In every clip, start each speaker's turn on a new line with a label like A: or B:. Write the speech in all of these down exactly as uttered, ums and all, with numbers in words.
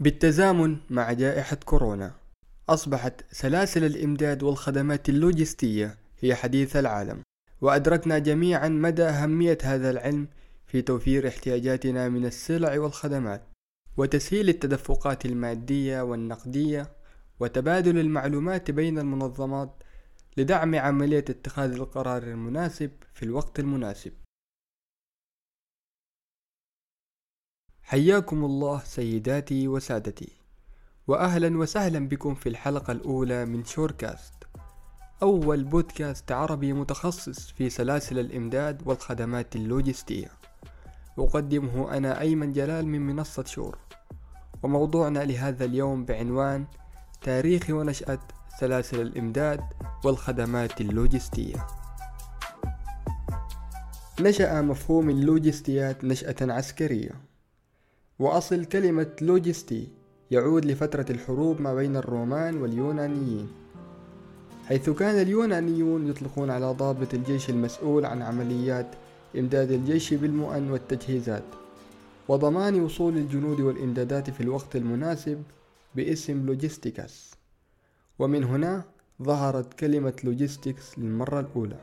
A: بالتزامن مع جائحة كورونا، أصبحت سلاسل الإمداد والخدمات اللوجستية هي حديث العالم، وأدركنا جميعا مدى أهمية هذا العلم في توفير احتياجاتنا من السلع والخدمات، وتسهيل التدفقات المادية والنقدية، وتبادل المعلومات بين المنظمات لدعم عملية اتخاذ القرار المناسب في الوقت المناسب. حياكم الله سيداتي وسادتي، وأهلا وسهلا بكم في الحلقة الأولى من شوركاست، أول بودكاست عربي متخصص في سلاسل الإمداد والخدمات اللوجستية. أقدمه أنا أيمن جلال من منصة شور، وموضوعنا لهذا اليوم بعنوان تاريخ ونشأة سلاسل الإمداد والخدمات اللوجستية. نشأ مفهوم اللوجستيات نشأة عسكرية، وأصل كلمة لوجستي يعود لفترة الحروب ما بين الرومان واليونانيين، حيث كان اليونانيون يطلقون على ضابط الجيش المسؤول عن عمليات إمداد الجيش بالمؤن والتجهيزات وضمان وصول الجنود والإمدادات في الوقت المناسب باسم لوجيستيكاس، ومن هنا ظهرت كلمة لوجيستكس للمرة الأولى.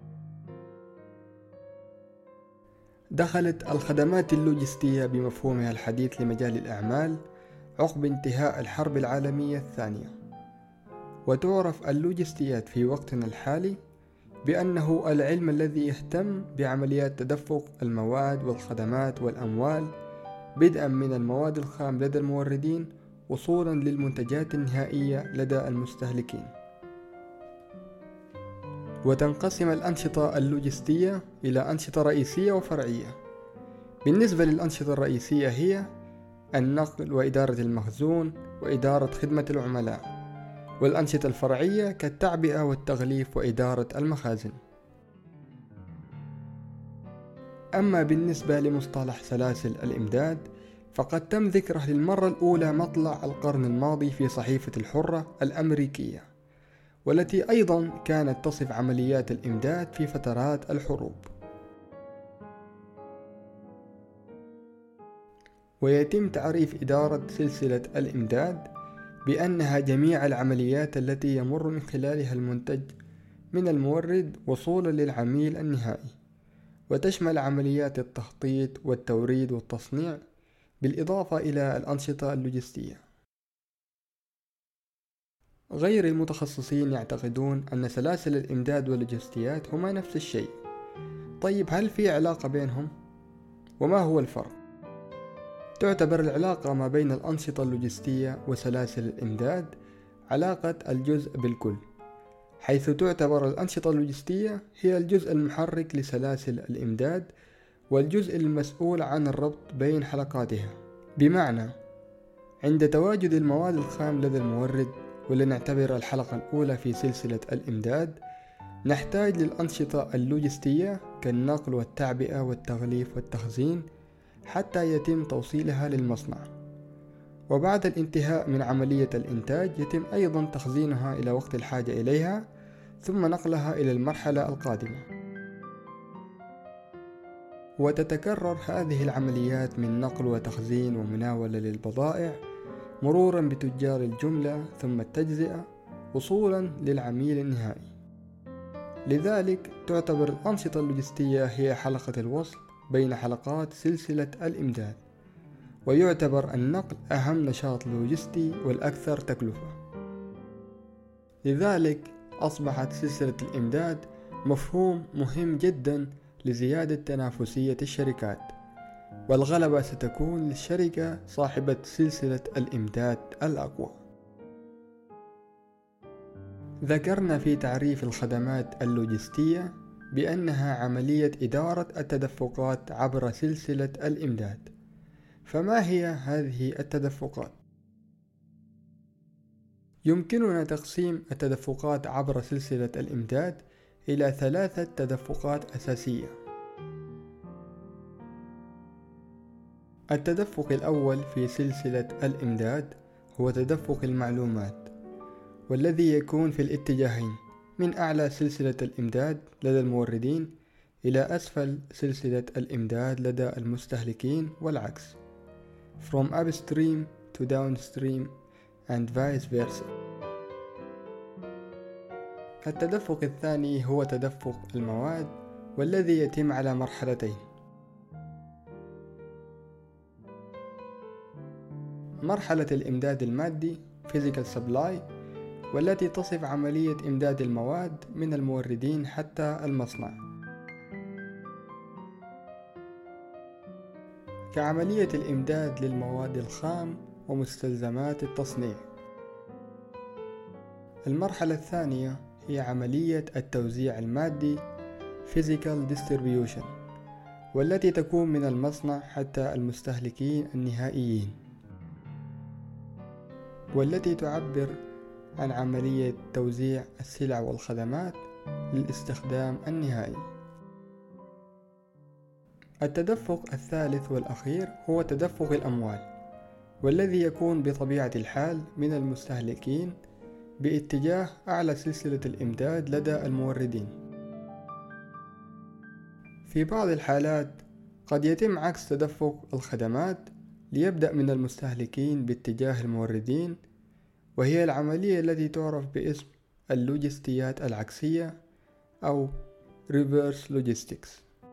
A: دخلت الخدمات اللوجستية بمفهومها الحديث لمجال الأعمال عقب انتهاء الحرب العالمية الثانية، وتعرف اللوجستيات في وقتنا الحالي بأنه العلم الذي يهتم بعمليات تدفق المواد والخدمات والأموال، بدءا من المواد الخام لدى الموردين وصولا للمنتجات النهائية لدى المستهلكين. وتنقسم الأنشطة اللوجستية إلى أنشطة رئيسية وفرعية. بالنسبة للأنشطة الرئيسية هي النقل وإدارة المخزون وإدارة خدمة العملاء، والأنشطة الفرعية كالتعبئة والتغليف وإدارة المخازن. أما بالنسبة لمصطلح سلاسل الإمداد فقد تم ذكره للمرة الأولى مطلع القرن الماضي في صحيفة الحرة الأمريكية، والتي أيضا كانت تصف عمليات الإمداد في فترات الحروب. ويتم تعريف إدارة سلسلة الإمداد بأنها جميع العمليات التي يمر من خلالها المنتج من المورد وصولا للعميل النهائي، وتشمل عمليات التخطيط والتوريد والتصنيع بالإضافة إلى الأنشطة اللوجستية. غير المتخصصين يعتقدون أن سلاسل الإمداد واللوجستيات هما نفس الشيء. طيب هل في علاقة بينهم؟ وما هو الفرق؟ تعتبر العلاقة ما بين الأنشطة اللوجستية وسلاسل الإمداد علاقة الجزء بالكل، حيث تعتبر الأنشطة اللوجستية هي الجزء المحرك لسلاسل الإمداد والجزء المسؤول عن الربط بين حلقاتها. بمعنى عند تواجد المواد الخام لدى المورد، ولنعتبر الحلقة الأولى في سلسلة الإمداد، نحتاج للأنشطة اللوجستية كالنقل والتعبئة والتغليف والتخزين حتى يتم توصيلها للمصنع، وبعد الانتهاء من عملية الإنتاج يتم أيضا تخزينها إلى وقت الحاجة إليها، ثم نقلها إلى المرحلة القادمة. وتتكرر هذه العمليات من نقل وتخزين ومناولة للبضائع مرورا بتجار الجملة ثم التجزئة وصولا للعميل النهائي. لذلك تعتبر الأنشطة اللوجستية هي حلقة الوصل بين حلقات سلسلة الإمداد، ويعتبر النقل أهم نشاط لوجستي والأكثر تكلفة. لذلك أصبحت سلسلة الإمداد مفهوم مهم جدا لزيادة تنافسية الشركات، والغلبة ستكون للشركة صاحبة سلسلة الإمداد الأقوى. ذكرنا في تعريف الخدمات اللوجستية بأنها عملية إدارة التدفقات عبر سلسلة الإمداد. فما هي هذه التدفقات؟ يمكننا تقسيم التدفقات عبر سلسلة الإمداد إلى ثلاثة تدفقات أساسية. التدفق الأول في سلسلة الإمداد هو تدفق المعلومات، والذي يكون في الاتجاهين، من أعلى سلسلة الإمداد لدى الموردين إلى أسفل سلسلة الإمداد لدى المستهلكين والعكس. From upstream to downstream and vice versa. التدفق الثاني هو تدفق المواد، والذي يتم على مرحلتين. مرحلة الإمداد المادي Physical Supply، والتي تصف عملية إمداد المواد من الموردين حتى المصنع، كعملية الإمداد للمواد الخام ومستلزمات التصنيع. المرحلة الثانية هي عملية التوزيع المادي Physical Distribution، والتي تكون من المصنع حتى المستهلكين النهائيين، والتي تعبر عن عملية توزيع السلع والخدمات للاستخدام النهائي. التدفق الثالث والأخير هو تدفق الأموال، والذي يكون بطبيعة الحال من المستهلكين باتجاه أعلى سلسلة الإمداد لدى الموردين. في بعض الحالات قد يتم عكس تدفق الخدمات ليبدأ من المستهلكين باتجاه الموردين، وهي العملية التي تعرف باسم اللوجستيات العكسية أو Reverse Logistics.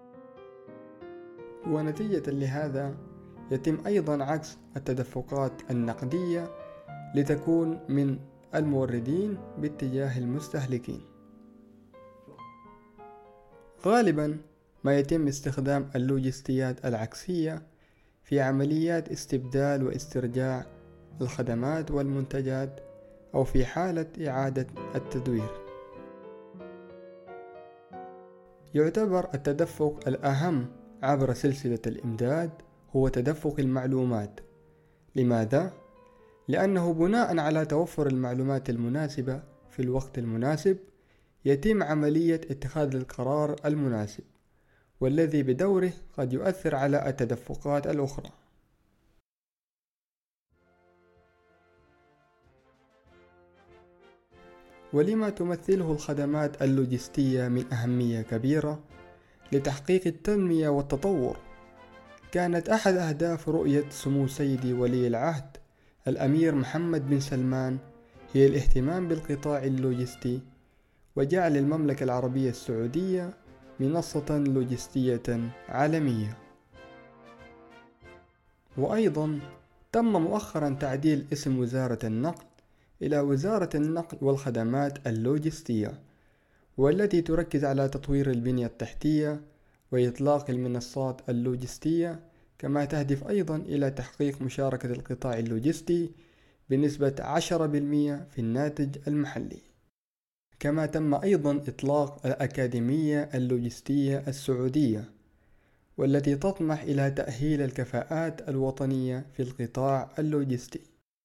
A: ونتيجة لهذا يتم أيضا عكس التدفقات النقدية لتكون من الموردين باتجاه المستهلكين. غالبا ما يتم استخدام اللوجستيات العكسية في عمليات استبدال واسترجاع الخدمات والمنتجات، أو في حالة إعادة التدوير. يعتبر التدفق الأهم عبر سلسلة الإمداد هو تدفق المعلومات. لماذا؟ لأنه بناء على توفر المعلومات المناسبة في الوقت المناسب يتم عملية اتخاذ القرار المناسب، والذي بدوره قد يؤثر على التدفقات الأخرى. ولما تمثله الخدمات اللوجستية من أهمية كبيرة لتحقيق التنمية والتطور. كانت أحد أهداف رؤية سمو سيدي ولي العهد الأمير محمد بن سلمان هي الاهتمام بالقطاع اللوجستي، وجعل المملكة العربية السعودية منصة لوجستية عالمية. وأيضا تم مؤخرا تعديل اسم وزارة النقل إلى وزارة النقل والخدمات اللوجستية، والتي تركز على تطوير البنية التحتية وإطلاق المنصات اللوجستية، كما تهدف أيضا إلى تحقيق مشاركة القطاع اللوجستي بنسبة عشرة بالمئة في الناتج المحلي. كما تم أيضا إطلاق الأكاديمية اللوجستية السعودية، والتي تطمح إلى تأهيل الكفاءات الوطنية في القطاع اللوجستي.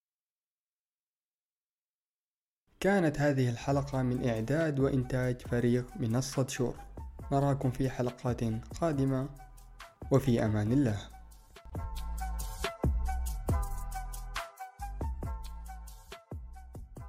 A: كانت هذه الحلقة من إعداد وإنتاج فريق منصة شور. نراكم في حلقات قادمة، وفي أمان الله.